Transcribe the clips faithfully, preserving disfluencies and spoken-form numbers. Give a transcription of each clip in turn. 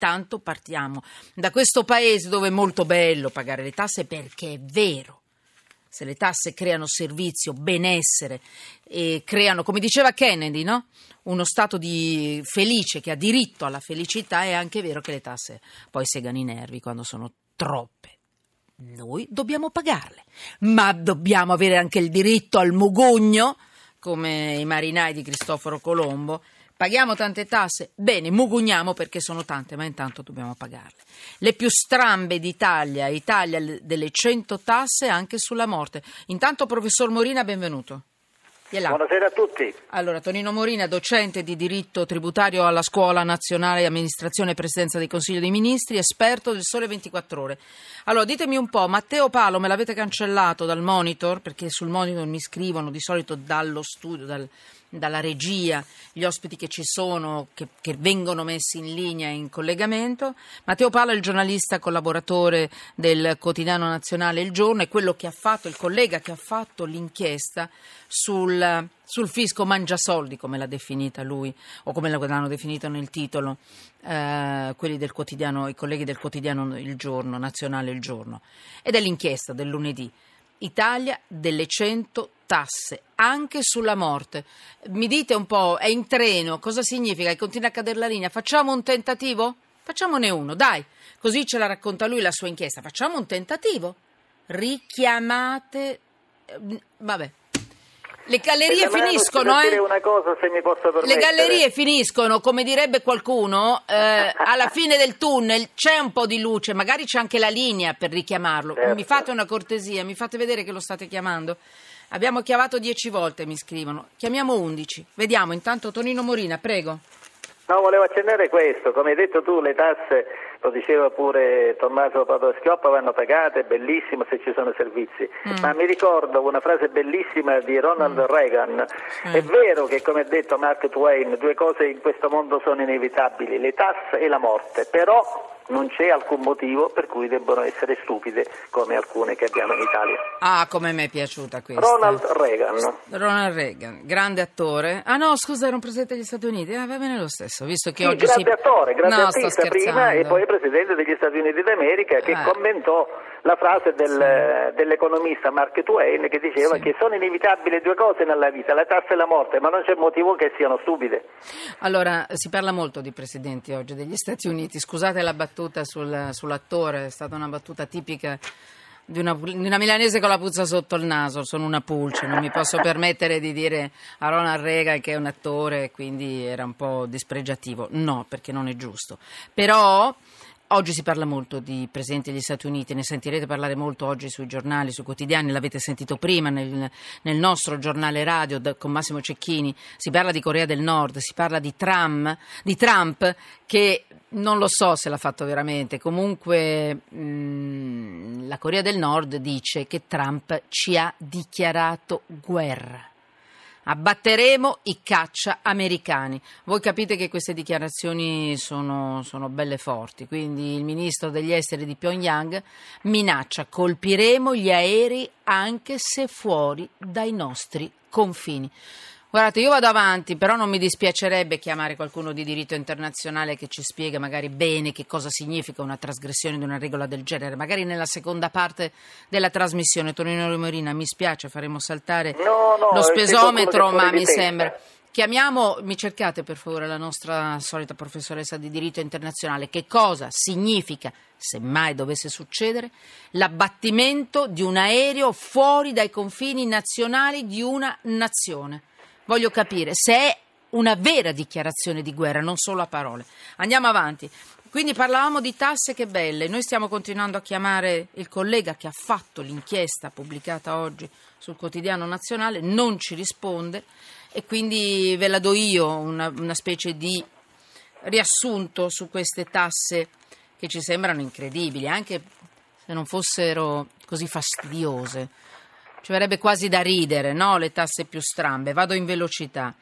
intanto partiamo da questo paese dove è molto bello pagare le tasse, perché è vero. Se le tasse creano servizio, benessere e creano, come diceva Kennedy, no? Uno stato di felice che ha diritto alla felicità, è anche vero che le tasse poi segano i nervi quando sono troppe. Noi dobbiamo pagarle, ma dobbiamo avere anche il diritto al mugugno, come i marinai di Cristoforo Colombo. Paghiamo tante tasse? Bene, mugugniamo perché sono tante, ma intanto dobbiamo pagarle. Le più strambe d'Italia, Italia delle cento tasse anche sulla morte. Intanto, professor Morina, benvenuto. Buonasera a tutti. Allora, Tonino Morina, docente di diritto tributario alla Scuola Nazionale Amministrazione e Presidenza del Consiglio dei Ministri, esperto del Sole ventiquattro Ore. Allora, ditemi un po', Matteo Palo me l'avete cancellato dal monitor, perché sul monitor mi scrivono di solito dallo studio, dal, dalla regia, gli ospiti che ci sono, che, che vengono messi in linea in collegamento. Matteo Palo è il giornalista collaboratore del quotidiano nazionale Il Giorno, è quello che ha fatto, il collega che ha fatto l'inchiesta sul, sul fisco mangiasoldi, come l'ha definita lui, o come l'hanno definito nel titolo eh, quelli del quotidiano, i colleghi del quotidiano Il Giorno, nazionale Il Giorno. Ed è l'inchiesta del lunedì. Italia delle cento tasse, anche sulla morte. Mi dite un po', è in treno, cosa significa? Che continua a cadere la linea? Facciamo un tentativo? Facciamone uno, dai. Così ce la racconta lui la sua inchiesta. Facciamo un tentativo. Richiamate... Vabbè. Le gallerie finiscono, eh? Una cosa, se mi posso permettere. Le gallerie finiscono, come direbbe qualcuno, eh, alla fine del tunnel c'è un po' di luce, magari c'è anche la linea per richiamarlo. Certo. Mi fate una cortesia, mi fate vedere che lo state chiamando? Abbiamo chiamato dieci volte, mi scrivono. Chiamiamo undici. Vediamo, intanto Tonino Morina, prego. No, volevo accennare questo. Come hai detto tu, le tasse, lo diceva pure Tommaso Padoa-Schioppa, vanno pagate, bellissimo se ci sono servizi. Mm. Ma mi ricordo una frase bellissima di Ronald mm. Reagan. Mm. È vero che, come ha detto Mark Twain, due cose in questo mondo sono inevitabili, le tasse e la morte, però non c'è alcun motivo per cui debbono essere stupide come alcune che abbiamo in Italia. Ah, come mi è piaciuta questa. Ronald Reagan. Ronald Reagan, grande attore. Ah no, scusa, era un presidente degli Stati Uniti. Ah, va bene lo stesso, visto che sì, oggi grande si... attore, grande no, artista prima e poi presidente degli Stati Uniti d'America, che eh. commentò la frase del, sì. dell'economista Mark Twain, che diceva sì. che sono inevitabili due cose nella vita, la tassa e la morte, ma non c'è motivo che siano stupide. Allora, si parla molto di presidenti oggi degli Stati Uniti. Scusate la battuta sul, sull'attore, è stata una battuta tipica di una, di una milanese con la puzza sotto il naso. Sono una pulce, non mi posso permettere di dire a Ronald Reagan che è un attore, quindi era un po' dispregiativo. No, perché non è giusto. Però oggi si parla molto di presidenti degli Stati Uniti, ne sentirete parlare molto oggi sui giornali, sui quotidiani, l'avete sentito prima nel, nel nostro giornale radio da, con Massimo Cecchini. Si parla di Corea del Nord, si parla di Trump, di Trump che non lo so se l'ha fatto veramente. Comunque mh, la Corea del Nord dice che Trump ci ha dichiarato guerra. Abbatteremo i caccia americani. Voi capite che queste dichiarazioni sono, sono belle forti, quindi il ministro degli esteri di Pyongyang minaccia: colpiremo gli aerei anche se fuori dai nostri confini. Guardate, io vado avanti, però non mi dispiacerebbe chiamare qualcuno di diritto internazionale che ci spiega magari bene che cosa significa una trasgressione di una regola del genere. Magari nella seconda parte della trasmissione. Tonino Morina, mi spiace, faremo saltare no, no, lo spesometro, ma mi testa. sembra... Chiamiamo, mi cercate per favore la nostra solita professoressa di diritto internazionale, che cosa significa, se mai dovesse succedere, l'abbattimento di un aereo fuori dai confini nazionali di una nazione. Voglio capire se è una vera dichiarazione di guerra, non solo a parole. Andiamo avanti. Quindi parlavamo di tasse, che belle. Noi stiamo continuando a chiamare il collega che ha fatto l'inchiesta pubblicata oggi sul quotidiano nazionale, non ci risponde e quindi ve la do io una, una specie di riassunto su queste tasse che ci sembrano incredibili, anche se non fossero così fastidiose. Ci verrebbe quasi da ridere, no? Le tasse più strambe. Vado in velocità.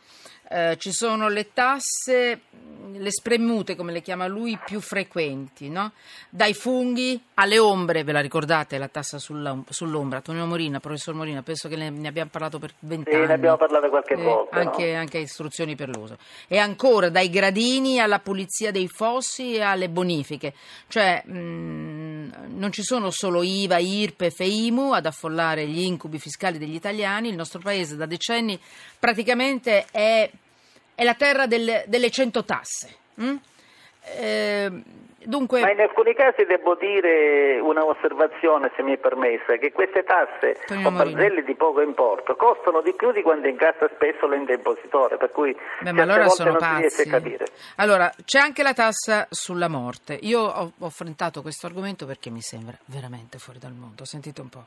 eh, ci sono le tasse, le spremute, come le chiama lui, più frequenti, no? Dai funghi alle ombre, ve la ricordate la tassa sulla, sull'ombra? Tonino Morina, professor Morina, penso che ne, ne abbiamo parlato per vent'anni. Sì, ne abbiamo parlato qualche eh, volta. Anche, no? anche istruzioni per l'uso. E ancora dai gradini alla pulizia dei fossi e alle bonifiche. Cioè mh, non ci sono solo I V A, I R P E F e I M U ad affollare gli incubi fiscali degli italiani. Il nostro paese da decenni praticamente è... è la terra del, delle cento tasse. Mm? Eh, dunque... Ma in alcuni casi devo dire una osservazione, se mi è permessa, che queste tasse o balzelli di poco importo costano di più di quanto incassa spesso l'ente impositore, per cui Beh, ma allora volte sono non pazzi. si riesce a capire. Allora, c'è anche la tassa sulla morte. Io ho, ho affrontato questo argomento perché mi sembra veramente fuori dal mondo. Sentite un po'.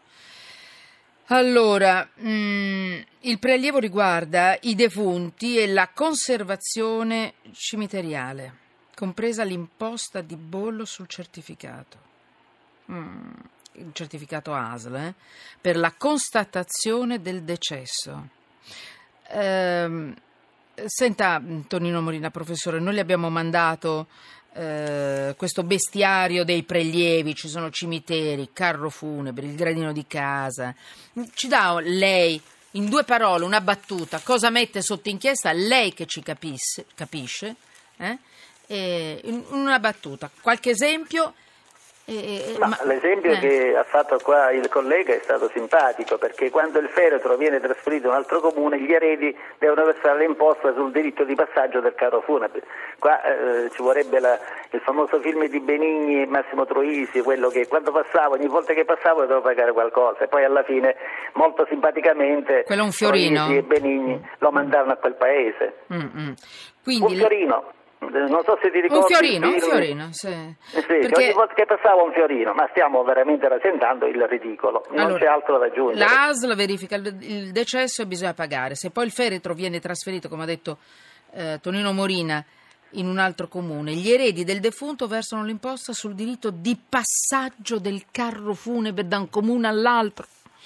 Allora, mh, il prelievo riguarda i defunti e la conservazione cimiteriale, compresa l'imposta di bollo sul certificato, mm, il certificato A S L, eh, per la constatazione del decesso. Ehm, senta, Tonino Morina, professore, noi le abbiamo mandato Uh, questo bestiario dei prelievi, ci sono cimiteri, carro funebre, il gradino di casa. Ci dà lei in due parole una battuta cosa mette sotto inchiesta, lei che ci capisse, capisce eh? E in una battuta qualche esempio. E, ma, ma l'esempio eh. che ha fatto qua il collega è stato simpatico, perché quando il feretro viene trasferito in un altro comune gli eredi devono versare l'imposta sul diritto di passaggio del carro funebre. Qua eh, ci vorrebbe la, il famoso film di Benigni e Massimo Troisi, quello che quando passavo, ogni volta che passavo dovevo pagare qualcosa, e poi alla fine molto simpaticamente quello è un fiorino. Troisi e Benigni mm. lo mandarono a quel paese. Mm-mm. Quindi un fiorino. Non so se ti ricordi. Un fiorino, un fiorino, sì. Sì, Perché... ogni volta che passava un fiorino, ma stiamo veramente rasentando il ridicolo, non allora, c'è altro da aggiungere. L'A S L verifica il, il decesso e bisogna pagare. Se poi il feretro viene trasferito, come ha detto eh, Tonino Morina, in un altro comune, gli eredi del defunto versano l'imposta sul diritto di passaggio del carro funebre da un comune all'altro.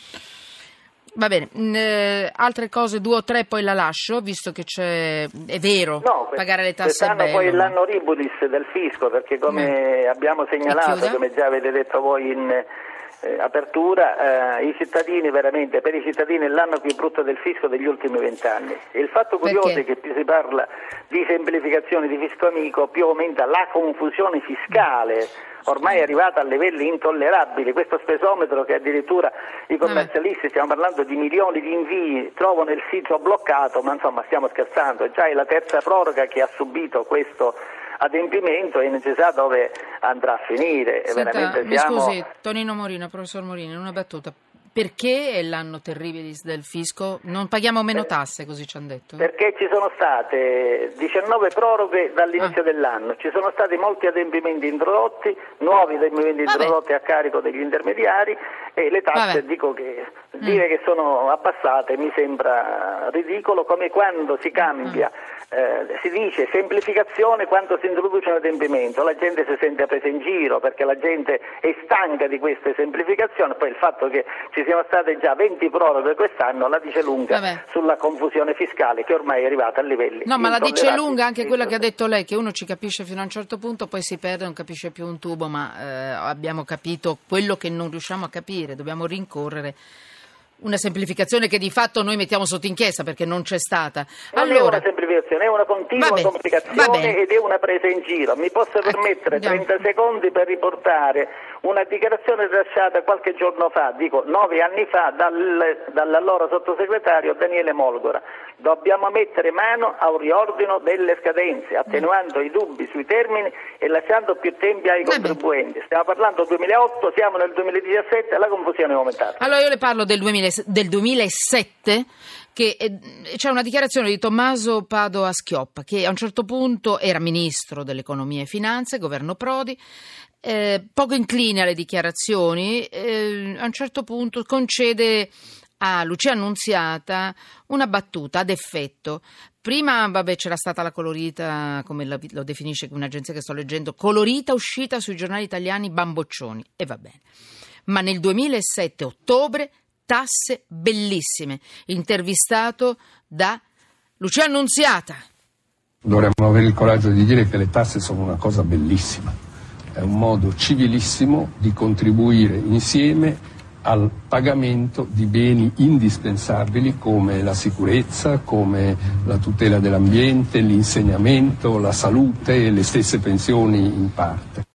Va bene, eh, altre cose, due o tre, poi la lascio, visto che c'è, è vero, no, pagare le tasse è bello. Quest'anno poi ma... l'anno ribudis del fisco, perché come eh. abbiamo segnalato, come già avete detto voi in eh, apertura, eh, i cittadini veramente, per i cittadini è l'anno più brutto del fisco degli ultimi vent'anni. E il fatto curioso è che più si parla di semplificazione di fisco amico, più aumenta la confusione fiscale. Ormai è arrivata a livelli intollerabili, questo spesometro che addirittura i commercialisti, stiamo parlando di milioni di invii, trovano il sito bloccato, ma insomma stiamo scherzando, già è la terza proroga che ha subito questo adempimento e non si sa dove andrà a finire. Senta, veramente mi siamo... scusi, Tonino Morina, professor Morina, in una battuta. Perché è l'anno terribilis del fisco? Non paghiamo meno tasse, così ci hanno detto? Perché ci sono state diciannove proroghe dall'inizio ah. dell'anno, ci sono stati molti adempimenti introdotti, nuovi adempimenti Vabbè. introdotti a carico degli intermediari, e le tasse, Vabbè. dico che dire mm. che sono abbassate mi sembra ridicolo, come quando si cambia, mm. eh, si dice semplificazione quando si introduce un adempimento, la gente si sente presa in giro perché la gente è stanca di queste semplificazioni, poi il fatto che ci siano state già venti proroghe quest'anno la dice lunga Vabbè. sulla confusione fiscale che ormai è arrivata a livelli No, ma la dice lunga anche quella che ha detto lei, che uno ci capisce fino a un certo punto, poi si perde, non capisce più un tubo, ma eh, abbiamo capito quello che non riusciamo a capire, dobbiamo rincorrere una semplificazione che di fatto noi mettiamo sotto inchiesta perché non c'è stata. Non allora, è una semplificazione, è una continua vabbè, complicazione ed è una presa in giro. Mi posso permettere Andiamo. trenta secondi per riportare una dichiarazione rilasciata qualche giorno fa, dico nove anni fa, dal, dall'allora sottosegretario Daniele Molgora. Dobbiamo mettere mano a un riordino delle scadenze, attenuando mm. i dubbi sui termini e lasciando più tempi ai contribuenti. Stiamo parlando del duemilaotto, siamo nel duemiladiciassette e la confusione è aumentata. Allora io le parlo del, duemila, del duemilasette, che eh, c'è una dichiarazione di Tommaso Padoa-Schioppa, che a un certo punto era ministro dell'economia e finanze, governo Prodi, eh, poco incline alle dichiarazioni, eh, a un certo punto concede a Lucia Annunziata una battuta ad effetto. Prima, vabbè, c'era stata la colorita, come lo definisce un'agenzia che sto leggendo, colorita uscita sui giornali italiani bamboccioni, e va bene. Ma nel duemilasette, ottobre, tasse bellissime, intervistato da Lucia Annunziata. Dovremmo avere il coraggio di dire che le tasse sono una cosa bellissima, è un modo civilissimo di contribuire insieme al pagamento di beni indispensabili come la sicurezza, come la tutela dell'ambiente, l'insegnamento, la salute e le stesse pensioni in parte.